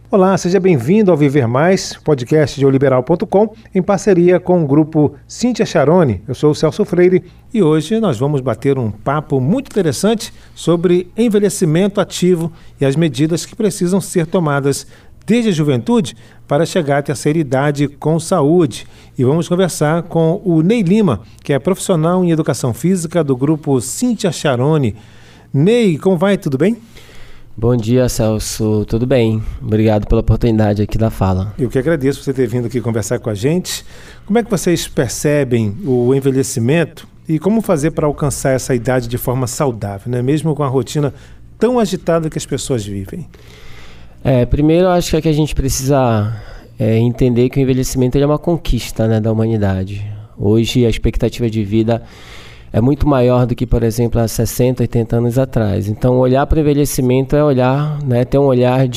Olá, seja bem-vindo ao Viver Mais, podcast de oliberal.com, em parceria com o grupo Cíntia Charone. Eu sou o Celso Freire e hoje nós vamos bater um papo muito interessante sobre envelhecimento ativo e as medidas que precisam ser tomadas desde a juventude para chegar à terceira idade com saúde. E vamos conversar com o Ney Lima, que é profissional em educação física do grupo Cíntia Charone. Ney, como vai? Tudo bem? Bom dia, Celso. Tudo bem? Obrigado pela oportunidade aqui da fala. Eu que agradeço por você ter vindo aqui conversar com a gente. Como é que vocês percebem o envelhecimento e como fazer para alcançar essa idade de forma saudável, né? Mesmo com a rotina tão agitada que as pessoas vivem? Primeiro, eu acho que a gente precisa entender que o envelhecimento ele é uma conquista, né, da humanidade. Hoje, a expectativa de vida é muito maior do que, por exemplo, há 60, 80 anos atrás. Então, olhar para o envelhecimento é olhar, né, ter um olhar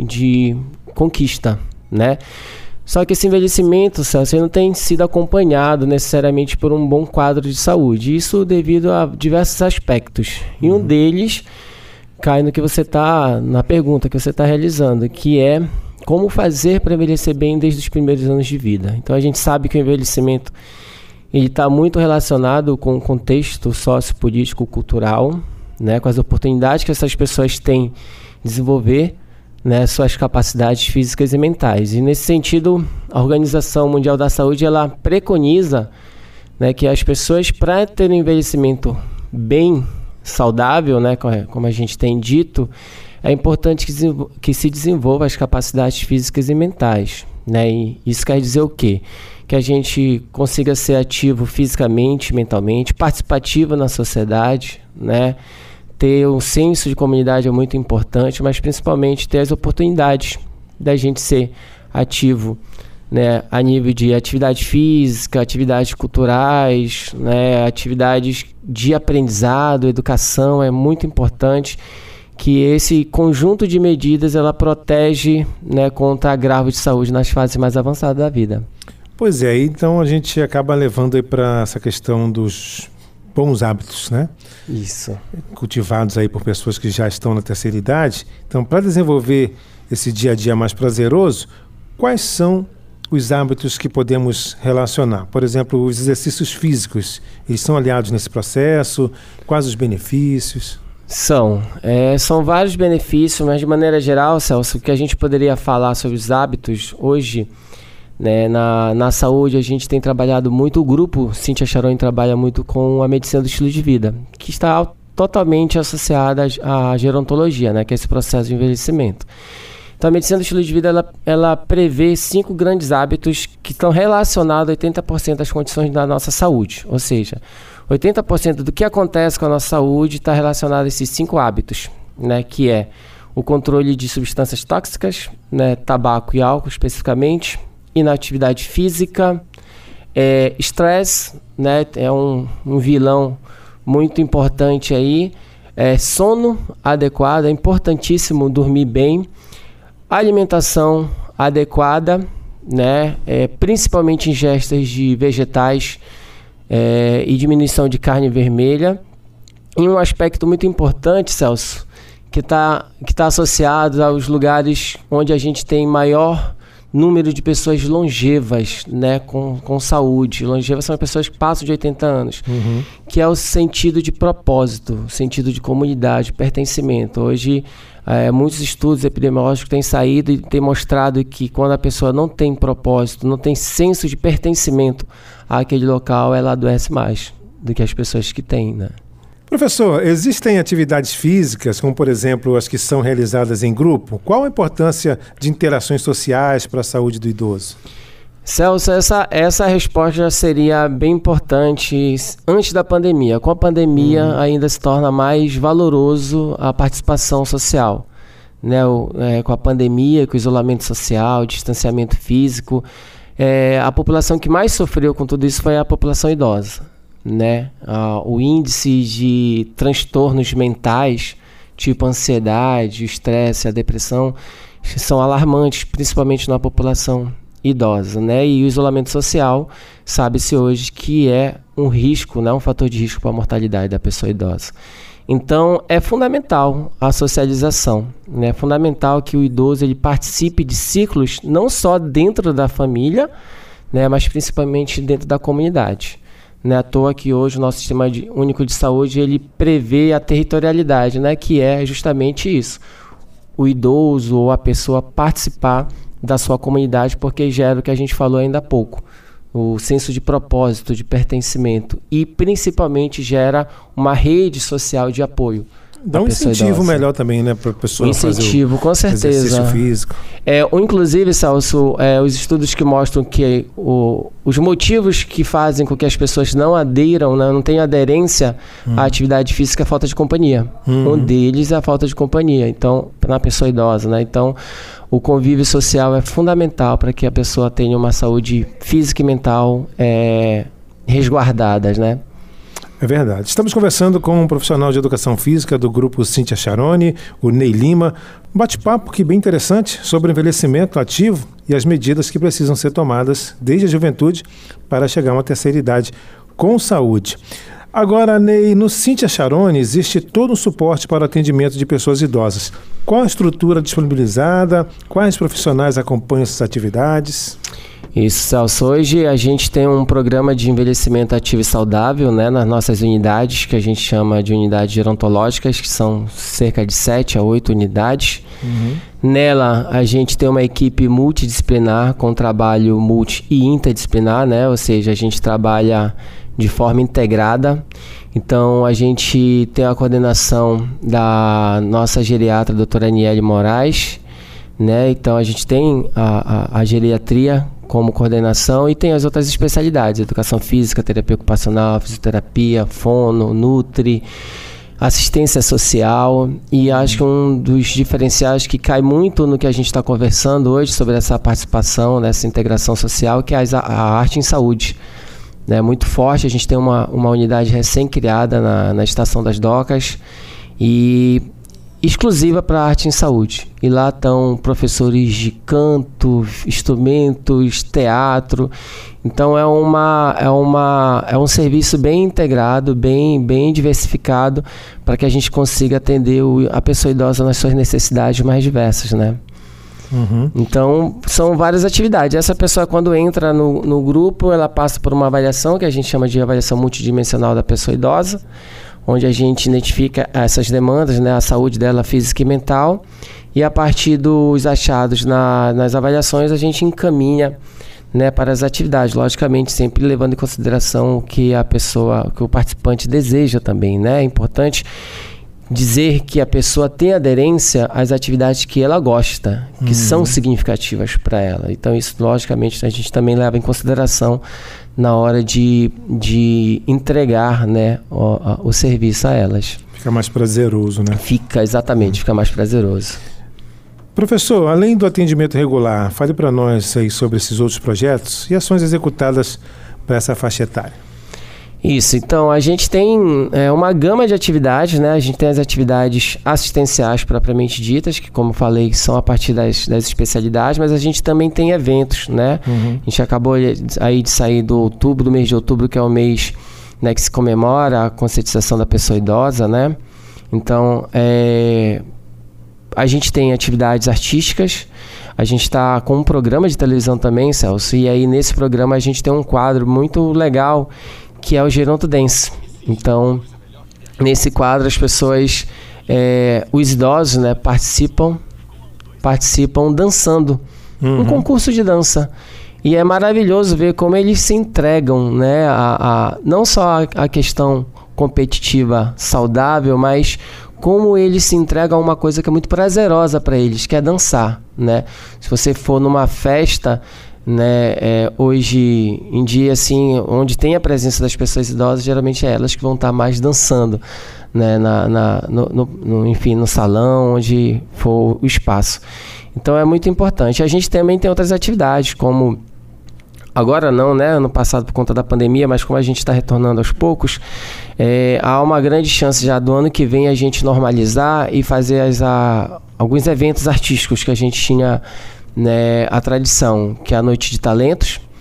de conquista, né? Só que esse envelhecimento, Celso, não tem sido acompanhado necessariamente por um bom quadro de saúde. Isso devido a diversos aspectos. E um deles cai no que você está, na pergunta que você está realizando, que é como fazer para envelhecer bem desde os primeiros anos de vida. Então, a gente sabe que o envelhecimento ele está muito relacionado com o contexto sociopolítico, cultural, né, com as oportunidades que essas pessoas têm de desenvolver, né, suas capacidades físicas e mentais. E nesse sentido, a Organização Mundial da Saúde ela preconiza, né, que as pessoas, para terem um envelhecimento bem saudável, né, como a gente tem dito, é importante que se desenvolva as capacidades físicas e mentais, né? E isso quer dizer o quê? Que a gente consiga ser ativo fisicamente, mentalmente, participativo na sociedade, né? Ter um senso de comunidade é muito importante, mas principalmente ter as oportunidades da gente ser ativo, né? A nível de atividade física, atividades culturais, né? Atividades de aprendizado, educação, é muito importante que esse conjunto de medidas ela protege, né, contra agravos de saúde nas fases mais avançadas da vida. Pois é, então a gente acaba levando aí para essa questão dos bons hábitos, né? Isso. Cultivados aí por pessoas que já estão na terceira idade. Então, para desenvolver esse dia a dia mais prazeroso, quais são os hábitos que podemos relacionar? Por exemplo, os exercícios físicos, eles são aliados nesse processo? Quais os benefícios? São vários benefícios, mas de maneira geral, Celso, o que a gente poderia falar sobre os hábitos hoje, né, na saúde, a gente tem trabalhado muito, o grupo Cíntia Charone trabalha muito com a medicina do estilo de vida, que está totalmente associada à gerontologia, né, que é esse processo de envelhecimento. Então, a medicina do estilo de vida, ela prevê 5 grandes hábitos que estão relacionados a 80% das condições da nossa saúde. Ou seja, 80% do que acontece com a nossa saúde está relacionado a esses 5 hábitos, né? Que é o controle de substâncias tóxicas, né? Tabaco e álcool especificamente, inatividade física, estresse, né? É um vilão muito importante aí, sono adequado, é importantíssimo dormir bem, alimentação adequada, né? Principalmente ingestas de vegetais e diminuição de carne vermelha. E um aspecto muito importante, Celso, que tá associado aos lugares onde a gente tem maior número de pessoas longevas, né, com saúde. Longevas são as pessoas que passam de 80 anos, que é o sentido de propósito, sentido de comunidade, pertencimento. Hoje, muitos estudos epidemiológicos têm saído e têm mostrado que quando a pessoa não tem propósito, não tem senso de pertencimento àquele local, ela adoece mais do que as pessoas que têm, né? Professor, existem atividades físicas, como por exemplo as que são realizadas em grupo? Qual a importância de interações sociais para a saúde do idoso? Celso, essa resposta já seria bem importante antes da pandemia. Com a pandemia ainda se torna mais valoroso a participação social, né? Com a pandemia, com o isolamento social, distanciamento físico, a população que mais sofreu com tudo isso foi a população idosa, né? O índice de transtornos mentais, tipo ansiedade, o estresse, a depressão, são alarmantes, principalmente na população idosa, né? E o isolamento social, sabe-se hoje que é um risco, né? Um fator de risco para a mortalidade da pessoa idosa. Então, é fundamental a socialização, né? É fundamental que o idoso ele participe de ciclos não só dentro da família, né, mas principalmente dentro da comunidade. Não é à toa que hoje o nosso Sistema Único de Saúde ele prevê a territorialidade, né, que é justamente isso. O idoso ou a pessoa participar da sua comunidade, porque gera o que a gente falou ainda há pouco. O senso de propósito, de pertencimento e principalmente gera uma rede social de apoio. Dá um incentivo melhor também, né, para a pessoa incentivo, fazer com certeza. Exercício físico. Inclusive, Celso, os estudos que mostram que os motivos que fazem com que as pessoas não aderam, né, não tenham aderência à atividade física é a falta de companhia. Um deles é a falta de companhia, então, para uma pessoa idosa, né? Então, o convívio social é fundamental para que a pessoa tenha uma saúde física e mental resguardadas, né? É verdade. Estamos conversando com um profissional de educação física do grupo Cíntia Charoni, o Ney Lima. Um bate-papo que bem interessante sobre o envelhecimento ativo e as medidas que precisam ser tomadas desde a juventude para chegar a uma terceira idade com saúde. Agora, Ney, no Cíntia Charoni existe todo um suporte para o atendimento de pessoas idosas. Qual a estrutura disponibilizada? Quais profissionais acompanham essas atividades? Isso, Celso. Hoje a gente tem um programa de envelhecimento ativo e saudável, né, nas nossas unidades, que a gente chama de unidades gerontológicas, que são cerca de 7 a 8 unidades. Nela, a gente tem uma equipe multidisciplinar com trabalho multi e interdisciplinar, né, ou seja, a gente trabalha de forma integrada. Então, a gente tem a coordenação da nossa geriatra, a doutora Aniele Moraes, né? Então, a gente tem a geriatria como coordenação e tem as outras especialidades, educação física, terapia ocupacional, fisioterapia, fono, nutri, assistência social. E acho que um dos diferenciais que cai muito no que a gente está conversando hoje sobre essa participação, nessa integração social, que é a arte em saúde. É muito forte. A gente tem uma unidade recém-criada na Estação das Docas e exclusiva para arte em saúde. E lá estão professores de canto, instrumentos, teatro. Então é um serviço bem integrado, bem diversificado, para que a gente consiga atender a pessoa idosa nas suas necessidades mais diversas, né? Então, são várias atividades. Essa pessoa, quando entra no grupo, ela passa por uma avaliação, que a gente chama de avaliação multidimensional da pessoa idosa, onde a gente identifica essas demandas, né, a saúde dela física e mental, e a partir dos achados nas avaliações, a gente encaminha, né, para as atividades, logicamente sempre levando em consideração o que o participante deseja também, né? É importante dizer que a pessoa tem aderência às atividades que ela gosta, que são significativas para ela. Então isso, logicamente, a gente também leva em consideração na hora de entregar, né, o serviço a elas. Fica mais prazeroso, né? Fica mais prazeroso. Professor, além do atendimento regular, fale para nós aí sobre esses outros projetos e ações executadas para essa faixa etária. Isso, então a gente tem uma gama de atividades, né? A gente tem as atividades assistenciais propriamente ditas, que, como falei, são a partir das especialidades, mas a gente também tem eventos, né? A gente acabou aí de sair do mês de outubro, que é o mês, né, que se comemora a conscientização da pessoa idosa, né? Então, a gente tem atividades artísticas, a gente está com um programa de televisão também, Celso, e aí nesse programa a gente tem um quadro muito legal, que é o Geronto Dance. Então, nesse quadro as pessoas, os idosos, né, participam dançando, um concurso de dança. E é maravilhoso ver como eles se entregam, né, não só a questão competitiva saudável, mas como eles se entregam a uma coisa que é muito prazerosa para eles, que é dançar, né? Se você for numa festa, né, hoje em dia, assim, onde tem a presença das pessoas idosas, geralmente é elas que vão estar mais dançando, né, enfim, no salão, onde for o espaço. Então é muito importante. A gente também tem outras atividades, como agora não, né, ano passado por conta da pandemia, mas como a gente está retornando aos poucos, há uma grande chance já do ano que vem a gente normalizar e fazer alguns eventos artísticos que a gente tinha, né, a tradição, que é a Noite de Talentos.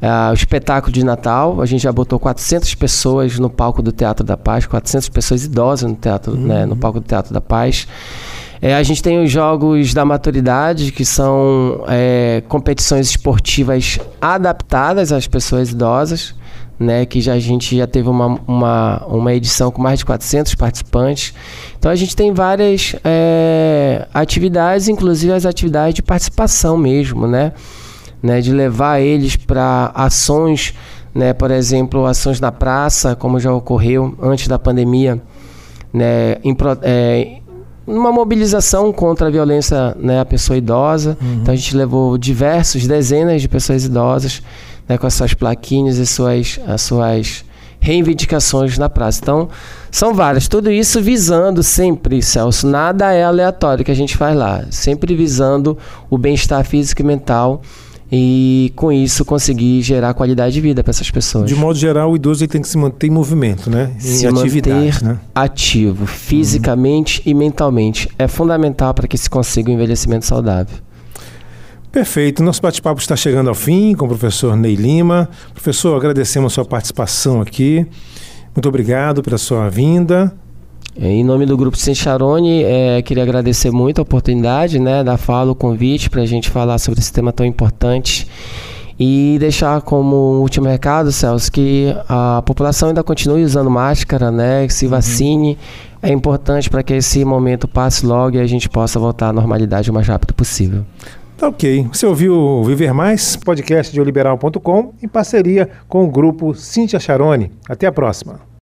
O espetáculo de Natal, a gente já botou 400 pessoas no palco do Teatro da Paz, 400 pessoas idosas no teatro, né, no palco do Teatro da Paz. A gente tem os Jogos da Maturidade, que são competições esportivas adaptadas às pessoas idosas, né, que a gente já teve uma edição com mais de 400 participantes. Então a gente tem várias atividades, inclusive as atividades de participação mesmo, né, de levar eles para ações, né, por exemplo, ações na praça, como já ocorreu antes da pandemia, né, uma mobilização contra a violência, né, à pessoa idosa. Então a gente levou dezenas de pessoas idosas, né, com as suas plaquinhas e as suas reivindicações na praça. Então, são várias. Tudo isso visando sempre, Celso, nada é aleatório que a gente faz lá. Sempre visando o bem-estar físico e mental e, com isso, conseguir gerar qualidade de vida para essas pessoas. De modo geral, o idoso ele tem que se manter em movimento, né? Em atividade, né? Ativo, fisicamente e mentalmente. É fundamental para que se consiga um envelhecimento saudável. Perfeito. Nosso bate-papo está chegando ao fim com o professor Ney Lima. Professor, agradecemos a sua participação aqui. Muito obrigado pela sua vinda. Em nome do Grupo Cintia Charoni, queria agradecer muito a oportunidade, né, da fala, o convite para a gente falar sobre esse tema tão importante e deixar como último recado, Celso, que a população ainda continue usando máscara, né, que se vacine. É importante para que esse momento passe logo e a gente possa voltar à normalidade o mais rápido possível. Tá ok. Você ouviu o Viver Mais, podcast de oliberal.com, em parceria com o Grupo Cintia Charoni. Até a próxima.